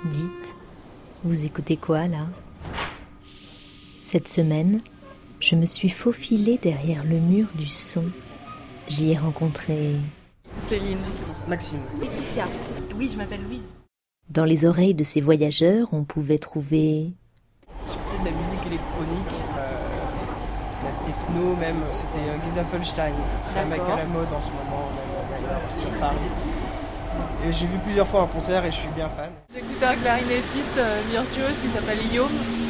Dites, vous écoutez quoi là ? Cette semaine, je me suis faufilée derrière le mur du son. J'y ai rencontré Céline. Maxime. Laetitia. Oui, je m'appelle Louise. Dans les oreilles de ces voyageurs, on pouvait trouver J'écoutais de la musique électronique, la techno même, c'était Gizafelstein. C'est un mec à la mode en ce moment, même sur Paris. Et j'ai vu plusieurs fois en concert et je suis bien fan. J'ai écouté un clarinettiste virtuose qui s'appelle Guillaume,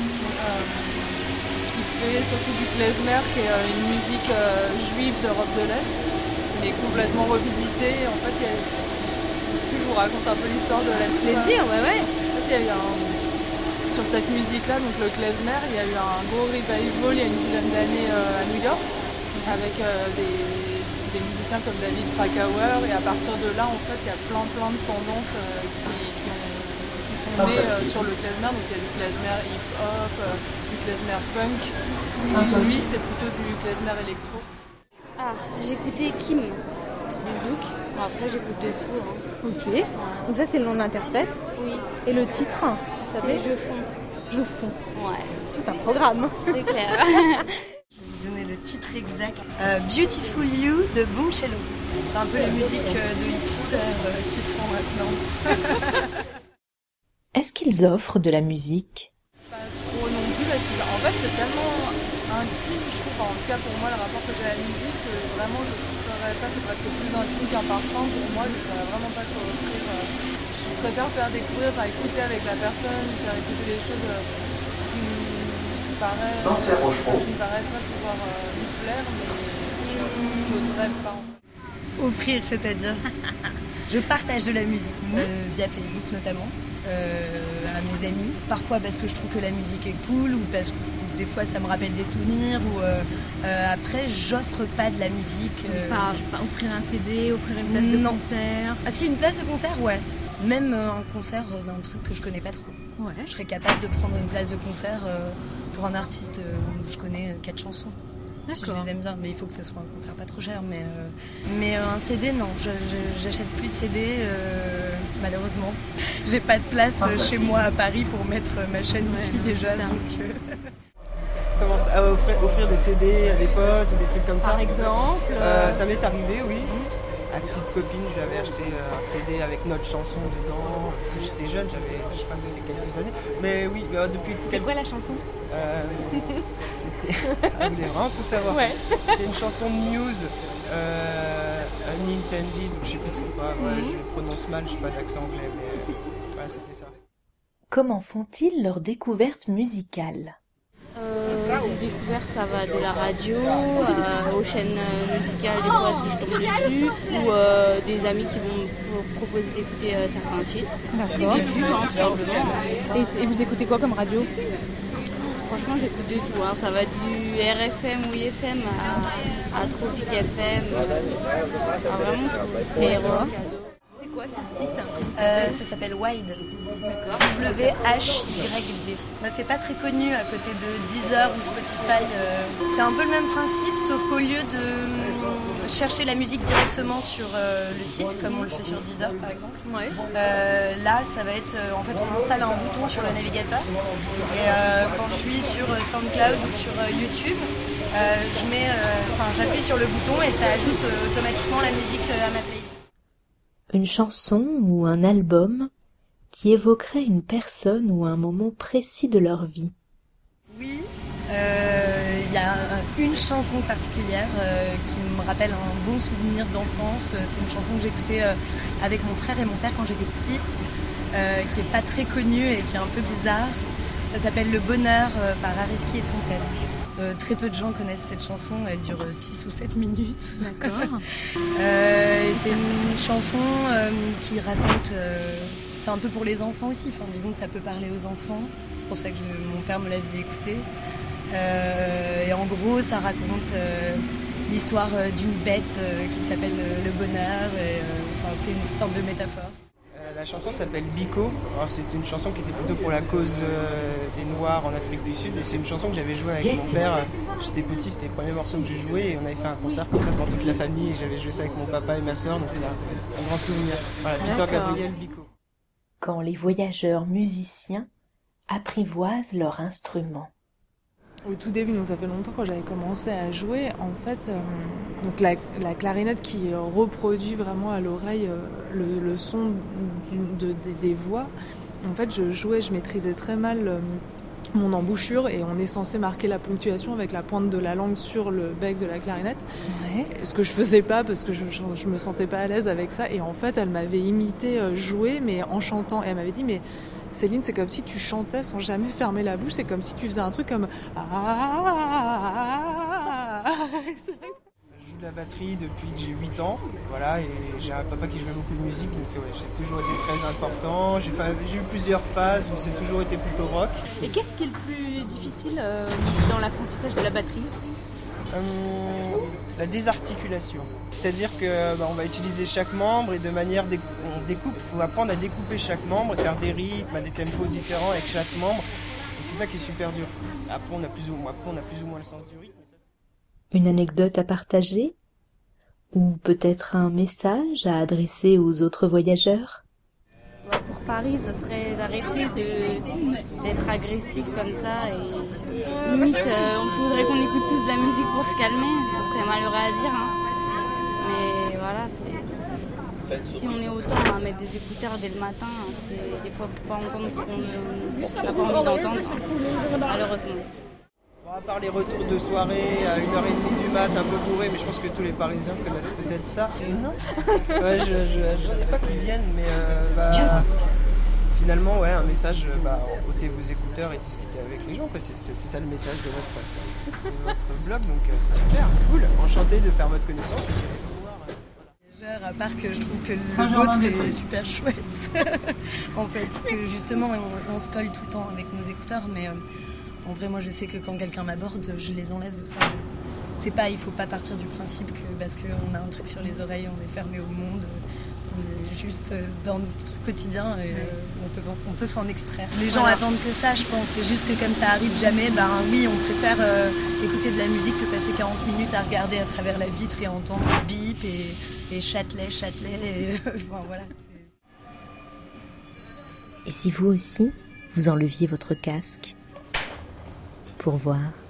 qui fait surtout du klezmer, qui est une musique juive d'Europe de l'Est, mais complètement revisitée. En fait, je vous raconte un peu l'histoire de la plaisir, ouais. En fait, il y a eu sur cette musique-là, donc le klezmer, il y a eu un gros revival il y a une dizaine d'années à New York, avec des musiciens comme David Krakauer, et à partir de là, en fait, il y a plein de tendances qui sont nées sur le klezmer. Donc il y a du klezmer hip-hop, du klezmer punk. Lui, c'est plutôt du klezmer électro. Ah, j'ai écouté Kim du Zouk. Bon, après, j'écoute de tout. Ok. Donc ça, c'est le nom de l'interprète. Oui. Et le titre, ça C'est Je fonds. Je fonds. Ouais. Tout un programme. C'est clair. Je vais vous donner le titre exact. Beautiful You de Boom Shallow. C'est un peu les musiques de hipsters qui sont maintenant. Est-ce qu'ils offrent de la musique ? Pas trop non plus, parce que en fait, c'est tellement intime, je trouve. En tout cas, pour moi, le rapport que j'ai à la musique, vraiment, je ne saurais pas, c'est presque plus intime qu'un parfum. Pour moi, je ne saurais vraiment pas quoi offrir. Je préfère faire découvrir, écouter avec la personne, faire écouter des choses qui me paraissent pas pouvoir me plaire, mais j'oserais pas. Offrir, c'est-à-dire je partage de la musique, via Facebook notamment, à mes amis. Parfois parce que je trouve que la musique est cool, ou parce que des fois ça me rappelle des souvenirs, ou après j'offre pas de la musique. Pas offrir un CD, offrir une place de concert. Ah si, une place de concert, ouais. Même un concert d'un truc que je connais pas trop. Ouais. Je serais capable de prendre une place de concert pour un artiste où je connais 4 chansons. D'accord. Si je les aime bien, mais il faut que ça soit un concert pas trop cher. Mais un CD, non, j'achète plus de CD, malheureusement. J'ai pas de place chez moi à Paris pour mettre ma chaîne Hi-Fi déjà. Donc, Commence à offrir des CD à des potes ou des trucs comme ça. Par exemple ça m'est arrivé, oui. À petite copine, je lui avais acheté un CD avec notre chanson dedans. Si j'étais jeune, je sais pas, ça fait quelques années. Mais oui, depuis C'était quoi la chanson ? C'était... Vous voulez vraiment tout savoir. Ouais. C'était une chanson de News, Unintended, je sais plus trop quoi. Ouais, je le prononce mal, j'ai pas d'accent anglais, mais ouais, c'était ça. Comment font-ils leur découverte musicale ? Des découvertes, ça va de la radio aux chaînes musicales, des fois si je tombe dessus, ou des amis qui vont me proposer d'écouter certains titres. D'accord. Des pubs, simplement. Et vous écoutez quoi comme radio ? Franchement, j'écoute de tout. Ça va du RFM ou IFM à Tropic FM, vraiment tout. Skyrock. C'est quoi ce site ? ça s'appelle Wide. D'accord. WHYD. C'est pas très connu à côté de Deezer ou Spotify. C'est un peu le même principe, sauf qu'au lieu de chercher la musique directement sur le site, comme on le fait sur Deezer par exemple, là ça va être, en fait on installe un bouton sur le navigateur, et quand je suis sur SoundCloud ou sur YouTube, j'appuie sur le bouton et ça ajoute automatiquement la musique à ma playlist. Une chanson ou un album qui évoquerait une personne ou un moment précis de leur vie. Oui, il y a une chanson particulière qui me rappelle un bon souvenir d'enfance. C'est une chanson que j'écoutais avec mon frère et mon père quand j'étais petite, qui est pas très connue et qui est un peu bizarre. Ça s'appelle Le Bonheur par Ariski et Fontaine. Très peu de gens connaissent cette chanson, elle dure 6 ou 7 minutes. D'accord. C'est une chanson qui raconte... c'est un peu pour les enfants aussi, disons que ça peut parler aux enfants. C'est pour ça que mon père me la faisait écouter. Et en gros, ça raconte l'histoire d'une bête qui s'appelle le bonheur. C'est une sorte de métaphore. La chanson s'appelle Biko. Alors, c'est une chanson qui était plutôt pour la cause des Noirs en Afrique du Sud. Et c'est une chanson que j'avais jouée avec mon père. J'étais petit, c'était le premier morceau que je jouais. Et on avait fait un concert comme ça devant toute la famille. Et j'avais joué ça avec mon papa et ma soeur. Donc c'est un grand souvenir. Voilà, Peter Gabriel, Biko. quand les voyageurs musiciens apprivoisent leur instrument. Au tout début, donc ça fait longtemps quand j'avais commencé à jouer, en fait, donc la clarinette qui reproduit vraiment à l'oreille le son des voix. En fait, je maîtrisais très mal mon embouchure et on est censé marquer la ponctuation avec la pointe de la langue sur le bec de la clarinette. Ouais. Ce que je faisais pas parce que je me sentais pas à l'aise avec ça. Et en fait, elle m'avait imité jouer, mais en chantant. Et elle m'avait dit, mais Céline, c'est comme si tu chantais sans jamais fermer la bouche. C'est comme si tu faisais un truc comme Je joue de la batterie depuis que j'ai 8 ans, voilà, et j'ai un papa qui jouait beaucoup de musique, donc j'ai toujours été très important. J'ai eu plusieurs phases, mais c'est toujours été plutôt rock. Et qu'est-ce qui est le plus difficile dans l'apprentissage de la batterie ? La désarticulation. C'est-à-dire qu'on va utiliser chaque membre et de manière on découpe, il faut apprendre à découper chaque membre et faire des rythmes à des tempos différents avec chaque membre. Et c'est ça qui est super dur. Après, on a plus ou moins le sens du rythme. Une anecdote à partager ? Ou peut-être un message à adresser aux autres voyageurs ? Pour Paris, ça serait d'arrêter d'être agressif comme ça. Et limite, on voudrait qu'on écoute tous de la musique pour se calmer. Ça serait malheureux à dire. Hein. Mais voilà, si on est autant à mettre des écouteurs dès le matin, c'est des fois pour pas entendre ce qu'on n'a pas envie d'entendre, malheureusement. À part les retours de soirée à 1h30 du mat, un peu bourré, mais je pense que tous les Parisiens connaissent peut-être ça. Non. Ouais, j'en ai pas qui viennent, mais finalement, ouais, un message, ôtez vos écouteurs et discutez avec les gens, quoi. C'est ça le message de votre blog, donc c'est super, cool. Enchanté de faire votre connaissance et j'irai vous voir. À part que je trouve que le vôtre est super chouette, en fait, que justement on se colle tout le temps avec nos écouteurs, mais en vrai, moi je sais que quand quelqu'un m'aborde, je les enlève. Enfin, il faut pas partir du principe que parce qu'on a un truc sur les oreilles, on est fermé au monde. On est juste dans notre quotidien et on peut s'en extraire. Les gens attendent que ça, je pense. C'est juste que comme ça arrive jamais, oui, on préfère écouter de la musique que passer 40 minutes à regarder à travers la vitre et entendre bip et Châtelet. Et, enfin, voilà. Et si vous aussi, vous enleviez votre casque pour voir